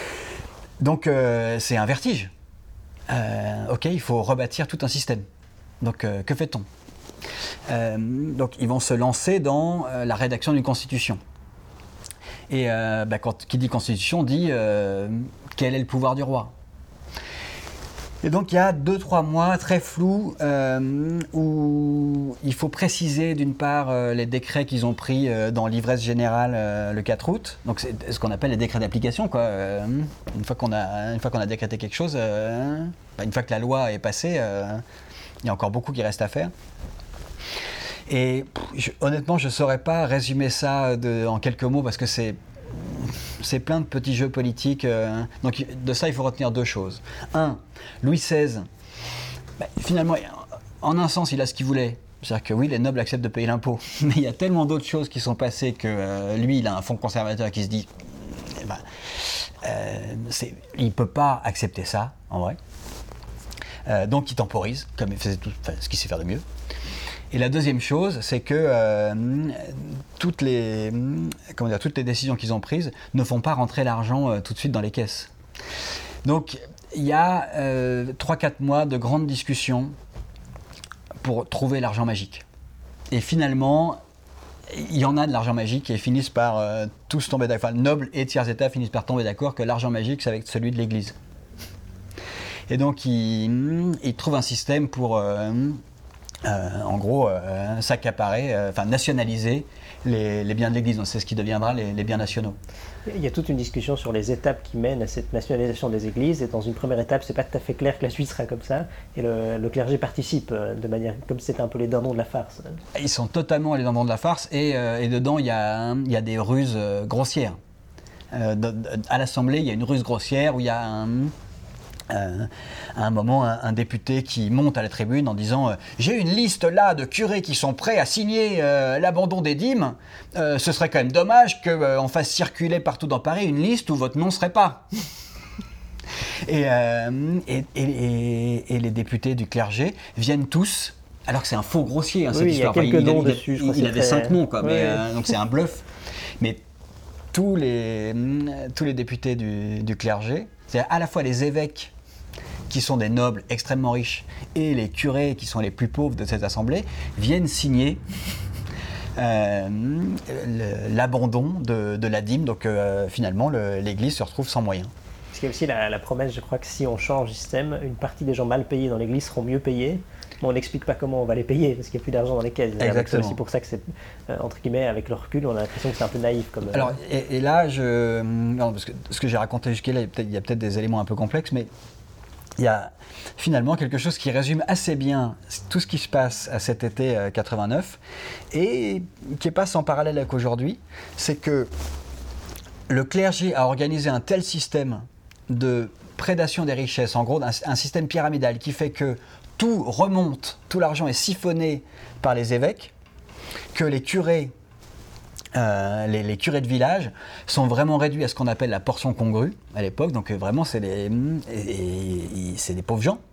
Donc euh, c'est un vertige. Euh, ok, il faut rebâtir tout un système. Donc euh, que fait-on? euh, Donc ils vont se lancer dans euh, la rédaction d'une constitution. Et euh, bah, quand, qui dit constitution dit euh, quel est le pouvoir du roi. Et donc il y a deux trois mois très flous euh, où il faut préciser d'une part euh, les décrets qu'ils ont pris euh, dans l'ivresse générale euh, le quatre août. Donc c'est ce qu'on appelle les décrets d'application, quoi. Euh, une fois qu'on a une fois qu'on a décrété quelque chose, euh, bah, une fois que la loi est passée, euh, il y a encore beaucoup qui reste à faire. Et je, honnêtement, je ne saurais pas résumer ça de, en quelques mots parce que c'est c'est plein de petits jeux politiques. Euh, donc de ça, il faut retenir deux choses. Un, Louis seize, bah, finalement, en un sens, il a ce qu'il voulait. C'est-à-dire que oui, les nobles acceptent de payer l'impôt, mais il y a tellement d'autres choses qui sont passées que euh, lui, il a un fonds conservateur qui se dit, eh ben, euh, c'est, il ne peut pas accepter ça, en vrai. Euh, donc il temporise, comme il faisait tout, enfin, ce qu'il sait faire de mieux. Et la deuxième chose, c'est que euh, toutes, les, comment dire, toutes les décisions qu'ils ont prises ne font pas rentrer l'argent euh, tout de suite dans les caisses. Donc il y a euh, trois quatre mois de grandes discussions pour trouver l'argent magique. Et finalement, il y en a de l'argent magique et ils finissent par euh, tous tomber d'accord. Enfin, nobles et tiers états finissent par tomber d'accord que l'argent magique, c'est avec celui de l'Église. Et donc ils, ils trouvent un système pour... Euh, Euh, en gros, euh, s'accaparer, euh, enfin nationaliser les, les biens de l'Église. Donc c'est ce qui deviendra les, les biens nationaux. Il y a toute une discussion sur les étapes qui mènent à cette nationalisation des églises. Et dans une première étape, c'est pas tout à fait clair que la suite sera comme ça. Et le, le clergé participe de manière comme c'était un peu les dindons de la farce. Ils sont totalement les dindons de la farce. Et, euh, et dedans, il y a, il y a des ruses euh, grossières. Euh, de, de, à l'Assemblée, il y a une ruse grossière où il y a un... Euh, à un moment, un, un député qui monte à la tribune en disant euh, « J'ai une liste là de curés qui sont prêts à signer euh, l'abandon des dîmes. Euh, ce serait quand même dommage qu'on euh, fasse circuler partout dans Paris une liste où votre nom ne serait pas. » et, euh, et, et, et, et les députés du clergé viennent tous, alors que c'est un faux grossier, hein, oui, cette il histoire. Y a quelques enfin, il, noms il, dessus, il, il avait très... cinq noms, quoi, oui. mais, euh, donc c'est un bluff. Mais tous les, tous les députés du, du clergé, c'est-à-dire à la fois les évêques qui sont des nobles extrêmement riches, et les curés qui sont les plus pauvres de cette assemblée, viennent signer euh, le, l'abandon de, de la dîme. Donc euh, finalement, le, l'Église se retrouve sans moyens. Parce qu'il y a aussi la, la promesse, je crois que si on change le système, une partie des gens mal payés dans l'Église seront mieux payés. Mais on n'explique pas comment on va les payer, parce qu'il n'y a plus d'argent dans les caisses. Exactement. C'est aussi pour ça que c'est, euh, entre guillemets, avec le recul, on a l'impression que c'est un peu naïf. Comme, euh... Alors, et, et là, je, non, parce que ce que j'ai raconté jusqu'à-là, il y a peut-être, il y a peut-être des éléments un peu complexes, mais il y a finalement quelque chose qui résume assez bien tout ce qui se passe à cet été quatre-vingt-neuf et qui n'est pas sans parallèle avec aujourd'hui. C'est que le clergé a organisé un tel système de prédation des richesses, en gros un, un système pyramidal qui fait que tout remonte, tout l'argent est siphonné par les évêques, que les curés Euh, les, les curés de village sont vraiment réduits à ce qu'on appelle la portion congrue à l'époque, donc euh, vraiment c'est des, et, et, c'est des pauvres gens.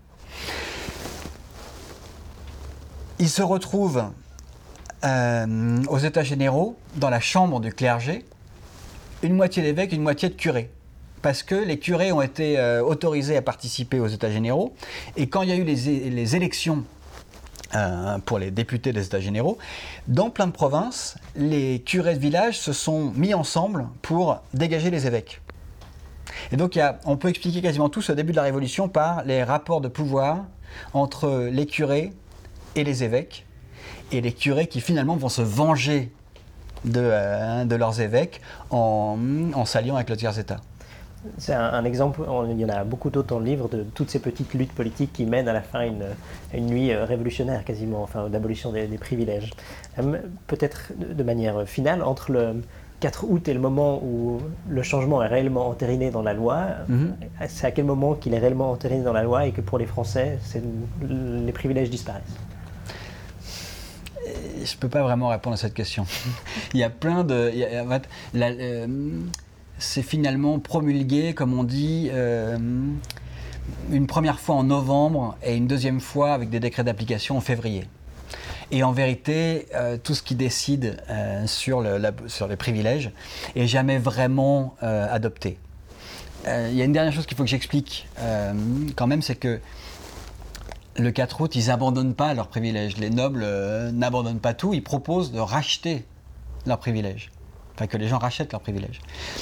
Ils se retrouvent euh, aux états généraux, dans la chambre du clergé, une moitié d'évêques, une moitié de curés. Parce que les curés ont été euh, autorisés à participer aux états généraux, et quand il y a eu les, les élections Euh, pour les députés des États généraux, dans plein de provinces, les curés de village se sont mis ensemble pour dégager les évêques. Et donc, il y a, on peut expliquer quasiment tout ce début de la Révolution par les rapports de pouvoir entre les curés et les évêques, et les curés qui finalement vont se venger de, euh, de leurs évêques en, en s'alliant avec le tiers-état. C'est un, un exemple, il y en a beaucoup d'autres dans le livre, de toutes ces petites luttes politiques qui mènent à la fin à une, à une nuit révolutionnaire quasiment, enfin d'abolition des, des privilèges. Euh, peut-être de manière finale, entre le quatre août et le moment où le changement est réellement entériné dans la loi, mm-hmm. c'est à quel moment qu'il est réellement entériné dans la loi et que pour les Français, c'est, les privilèges disparaissent? Je ne peux pas vraiment répondre à cette question. Il y a plein de... Il y a, en fait, la, euh, c'est finalement promulgué, comme on dit, euh, une première fois en novembre et une deuxième fois avec des décrets d'application en février. Et en vérité, euh, tout ce qui décide euh, sur, le, la, sur les privilèges est jamais vraiment euh, adopté. Euh, il y a une dernière chose qu'il faut que j'explique euh, quand même, c'est que le quatre août, ils n'abandonnent pas leurs privilèges. Les nobles euh, n'abandonnent pas tout, ils proposent de racheter leurs privilèges. Enfin, que les gens rachètent leurs privilèges.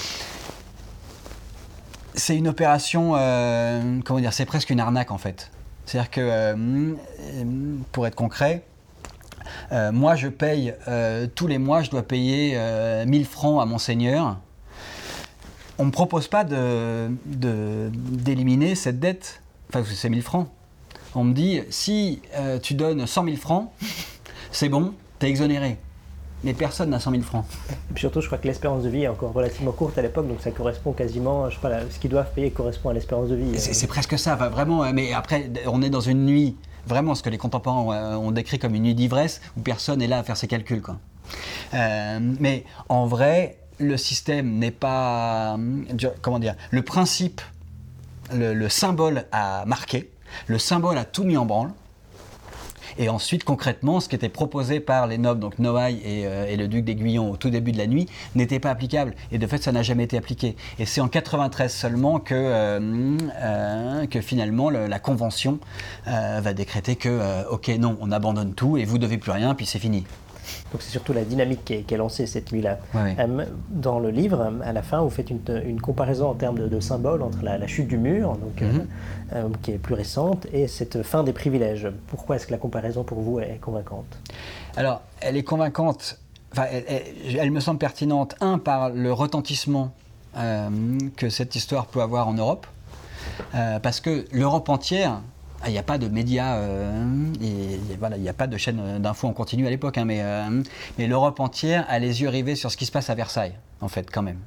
C'est une opération, euh, comment dire, c'est presque une arnaque en fait. C'est-à-dire que, euh, pour être concret, euh, moi je paye, euh, tous les mois je dois payer euh, mille francs à mon seigneur. On ne me propose pas de, de, d'éliminer cette dette, enfin c'est mille francs. On me dit, si euh, tu donnes cent mille francs, c'est bon, t'es exonéré. Mais personne n'a cent mille francs. Et puis surtout, je crois que l'espérance de vie est encore relativement courte à l'époque, donc ça correspond quasiment, je sais pas, là, ce qu'ils doivent payer correspond à l'espérance de vie. C'est, c'est presque ça, enfin, vraiment. Mais après, on est dans une nuit, vraiment, ce que les contemporains ont, ont décrit comme une nuit d'ivresse, où personne n'est là à faire ses calculs, quoi. Euh, mais en vrai, le système n'est pas, comment dire, le principe, le, le symbole a marqué. Le symbole a tout mis en branle. Et ensuite, concrètement, ce qui était proposé par les nobles, donc Noailles et, euh, et le duc d'Aiguillon au tout début de la nuit, n'était pas applicable. Et de fait, ça n'a jamais été appliqué. Et c'est en quatre-vingt-treize seulement que, euh, euh, que finalement, le, la Convention euh, va décréter que, euh, ok, non, on abandonne tout et vous ne devez plus rien, puis c'est fini. Donc c'est surtout la dynamique qui est, qui est lancée cette nuit-là. Oui, oui. Euh, dans le livre, à la fin, vous faites une, une comparaison en termes de, de symboles entre la, la chute du mur, donc, mm-hmm. euh, euh, qui est plus récente, et cette fin des privilèges. Pourquoi est-ce que la comparaison pour vous est convaincante ? Alors, elle est convaincante, enfin, elle, elle, elle me semble pertinente, un, par le retentissement euh, que cette histoire peut avoir en Europe, euh, parce que l'Europe entière, il n'y a pas de médias, euh, et, voilà, il n'y a pas de chaîne d'infos en continu à l'époque, hein, mais, euh, mais l'Europe entière a les yeux rivés sur ce qui se passe à Versailles, en fait, quand même.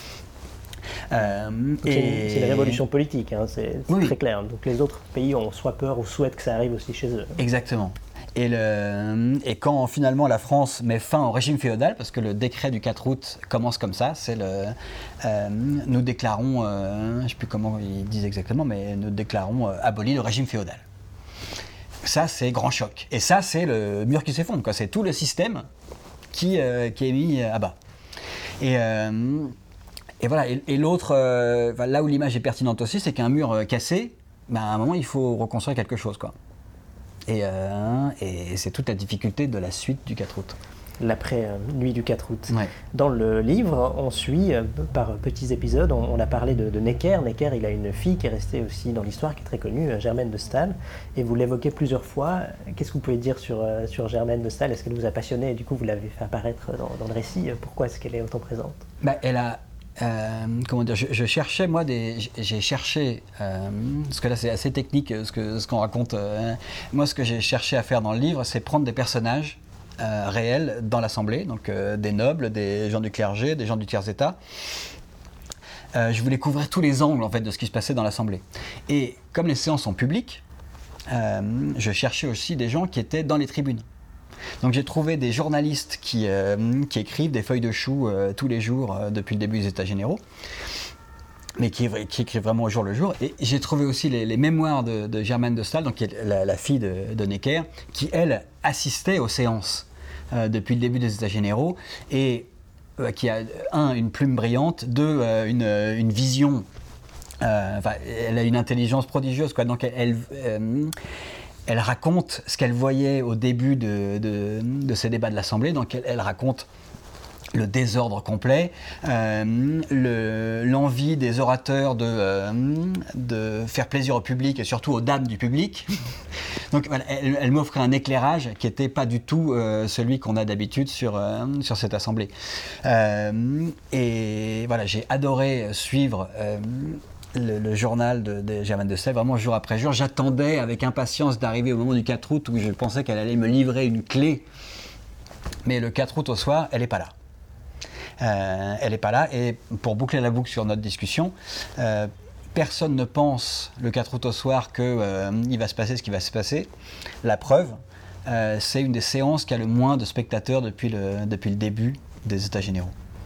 Euh, et... c'est, une, c'est une révolution politique, hein, c'est, c'est oui. très clair. Donc les autres pays ont soit peur ou souhaitent que ça arrive aussi chez eux. Exactement. Et, le, et quand finalement la France met fin au régime féodal, parce que le décret du quatre août commence comme ça, c'est le, euh, nous déclarons, euh, je ne sais plus comment ils disent exactement, mais nous déclarons euh, aboli le régime féodal. Ça, c'est grand choc. Et ça, c'est le mur qui s'effondre, quoi. C'est tout le système qui, euh, qui est mis à bas. Et, euh, et voilà. Et, et l'autre, euh, là où l'image est pertinente aussi, c'est qu'un mur cassé, ben, à un moment, il faut reconstruire quelque chose, quoi. Et, euh, et c'est toute la difficulté de la suite du quatre août. L'après-nuit du quatre août. Ouais. Dans le livre, on suit, euh, par petits épisodes, on, on a parlé de, de Necker. Necker, il a une fille qui est restée aussi dans l'histoire, qui est très connue, Germaine de Staël, et vous l'évoquez plusieurs fois. Qu'est-ce que vous pouvez dire sur, euh, sur Germaine de Staël ? Est-ce qu'elle vous a passionné et du coup vous l'avez fait apparaître dans, dans le récit ? Pourquoi est-ce qu'elle est autant présente ? Bah, elle a... Euh, comment dire, je, je cherchais, moi, des, j'ai cherché, euh, parce que là c'est assez technique ce, que, ce qu'on raconte, euh, moi ce que j'ai cherché à faire dans le livre, c'est prendre des personnages euh, réels dans l'Assemblée, donc euh, des nobles, des gens du clergé, des gens du tiers-état. Euh, je voulais couvrir tous les angles en fait, de ce qui se passait dans l'Assemblée. Et comme les séances sont publiques, euh, je cherchais aussi des gens qui étaient dans les tribunes. Donc j'ai trouvé des journalistes qui, euh, qui écrivent des feuilles de chou euh, tous les jours euh, depuis le début des États généraux, mais qui, qui écrivent vraiment au jour le jour. Et j'ai trouvé aussi les, les mémoires de, de Germaine de Staël, donc qui est la, la fille de, de Necker, qui elle assistait aux séances euh, depuis le début des États généraux et euh, qui a un une plume brillante, deux euh, une, une vision. Euh, enfin, elle a une intelligence prodigieuse, quoi. Donc elle, elle euh, Elle raconte ce qu'elle voyait au début de, de, de ces débats de l'Assemblée. Donc elle, elle raconte le désordre complet, euh, le, l'envie des orateurs de, euh, de faire plaisir au public et surtout aux dames du public. Donc voilà, elle, elle m'offrait un éclairage qui n'était pas du tout euh, celui qu'on a d'habitude sur, euh, sur cette Assemblée. Euh, et voilà, j'ai adoré suivre... Euh, Le, le journal de, de Germaine de Staël, vraiment jour après jour. J'attendais avec impatience d'arriver au moment du quatre août où je pensais qu'elle allait me livrer une clé. Mais le quatre août au soir, elle n'est pas là. Euh, elle n'est pas là. Et pour boucler la boucle sur notre discussion, euh, personne ne pense le quatre août au soir qu'il euh, va se passer ce qui va se passer. La preuve, euh, c'est une des séances qui a le moins de spectateurs depuis le, depuis le début des États généraux.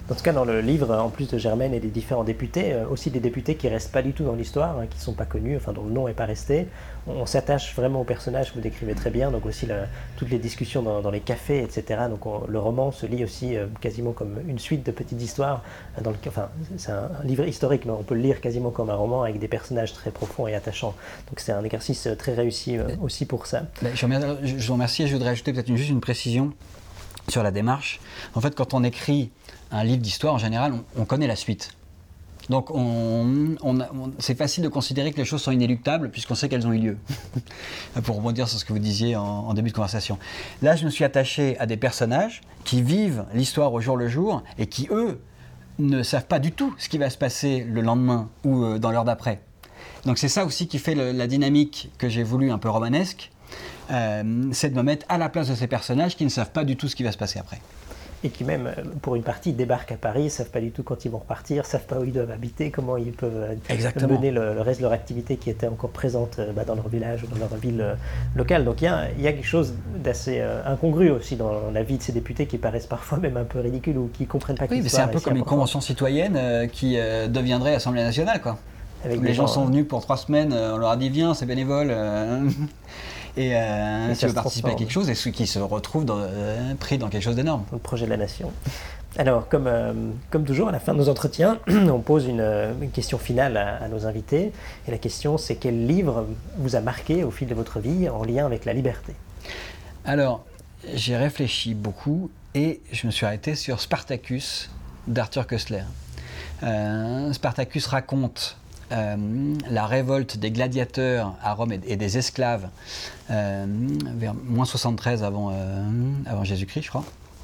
Dans ce cas, dans le livre, en plus de Germaine et des différents députés, euh, aussi des députés qui ne restent pas du tout dans l'histoire, hein, qui ne sont pas connus, enfin dont le nom n'est pas resté. On, on s'attache vraiment aux personnages que vous décrivez très bien, donc aussi la, toutes les discussions dans, dans les cafés, et cetera. Donc on, le roman se lit aussi euh, quasiment comme une suite de petites histoires. Dans le, enfin, c'est un, un livre historique, mais on peut le lire quasiment comme un roman avec des personnages très profonds et attachants. Donc c'est un exercice très réussi euh, aussi pour ça. Je vous remercie et je voudrais ajouter peut-être une, juste une précision sur la démarche. En fait, quand on écrit un livre d'histoire, en général, on, on connaît la suite. Donc, on, on, on, c'est facile de considérer que les choses sont inéluctables puisqu'on sait qu'elles ont eu lieu. Pour rebondir sur ce que vous disiez en, en début de conversation. Là, je me suis attaché à des personnages qui vivent l'histoire au jour le jour et qui, eux, ne savent pas du tout ce qui va se passer le lendemain ou euh, dans l'heure d'après. Donc, c'est ça aussi qui fait le, la dynamique que j'ai voulu un peu romanesque. Euh, c'est de me mettre à la place de ces personnages qui ne savent pas du tout ce qui va se passer après. Et qui même, pour une partie, débarquent à Paris, ne savent pas du tout quand ils vont repartir, ne savent pas où ils doivent habiter, comment ils peuvent Exactement. mener le, le reste de leur activité qui était encore présente bah, dans leur village ou dans leur ville euh, locale. Donc il y a, y a quelque chose d'assez euh, incongru aussi dans la vie de ces députés qui paraissent parfois même un peu ridicules ou qui ne comprennent pas. Oui, mais c'est un peu comme une convention citoyenne euh, qui euh, deviendrait Assemblée nationale, quoi. Avec les gens, gens sont venus pour trois semaines, euh, on leur a dit viens, c'est bénévole. Euh, Et, euh, et tu veux participer à quelque chose et ceux qui se retrouvent dans, euh, pris dans quelque chose d'énorme. Le projet de la nation. Alors, comme, euh, comme toujours, à la fin de nos entretiens, on pose une, une question finale à, à nos invités. Et la question, c'est quel livre vous a marqué au fil de votre vie en lien avec la liberté? Alors, j'ai réfléchi beaucoup et je me suis arrêté sur Spartacus d'Arthur Koestler. Euh, Spartacus raconte Euh, la révolte des gladiateurs à Rome et, et des esclaves euh, vers moins soixante-treize avant, euh, avant Jésus-Christ, je crois.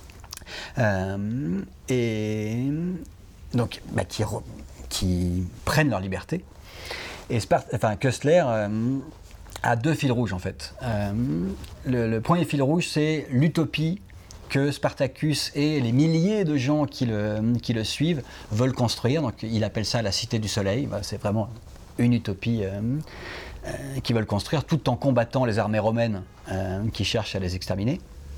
Euh, et donc, bah, qui, re, qui prennent leur liberté. Et Spart- enfin, Koestler euh, a deux fils rouges, en fait. Euh, le, le premier fil rouge, c'est l'utopie que Spartacus et les milliers de gens qui le, qui le suivent veulent construire. Donc, il appelle ça la Cité du Soleil. Bah, c'est vraiment une utopie euh, euh, qu'ils veulent construire tout en combattant les armées romaines euh, qui cherchent à les exterminer.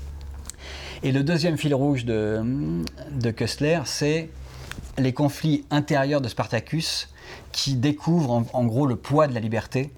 Et le deuxième fil rouge de, de Koestler, c'est les conflits intérieurs de Spartacus qui découvrent en, en gros le poids de la liberté.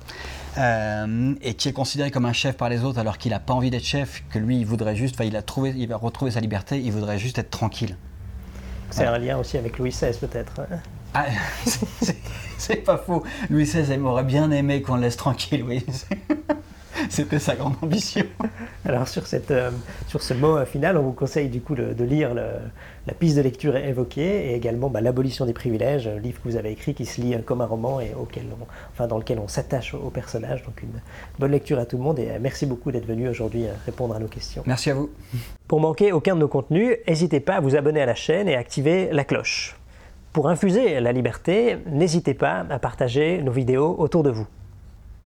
Euh, et qui est considéré comme un chef par les autres alors qu'il n'a pas envie d'être chef, que lui il voudrait juste, enfin il a trouvé, il va retrouver sa liberté, il voudrait juste être tranquille. C'est voilà. Un lien aussi avec Louis seize peut-être. Ah, c'est, c'est, c'est pas faux. Louis seize il m'aurait bien aimé qu'on le laisse tranquille, oui. C'était sa grande ambition. Alors sur, cette, euh, sur ce mot final, on vous conseille du coup de, de lire le, la piste de lecture évoquée et également bah, L'abolition des privilèges, un livre que vous avez écrit qui se lit comme un roman et auquel on, enfin, dans lequel on s'attache aux personnages. Donc une bonne lecture à tout le monde et merci beaucoup d'être venu aujourd'hui répondre à nos questions. Merci à vous. Pour manquer aucun de nos contenus, n'hésitez pas à vous abonner à la chaîne et à activer la cloche. Pour infuser la liberté, n'hésitez pas à partager nos vidéos autour de vous.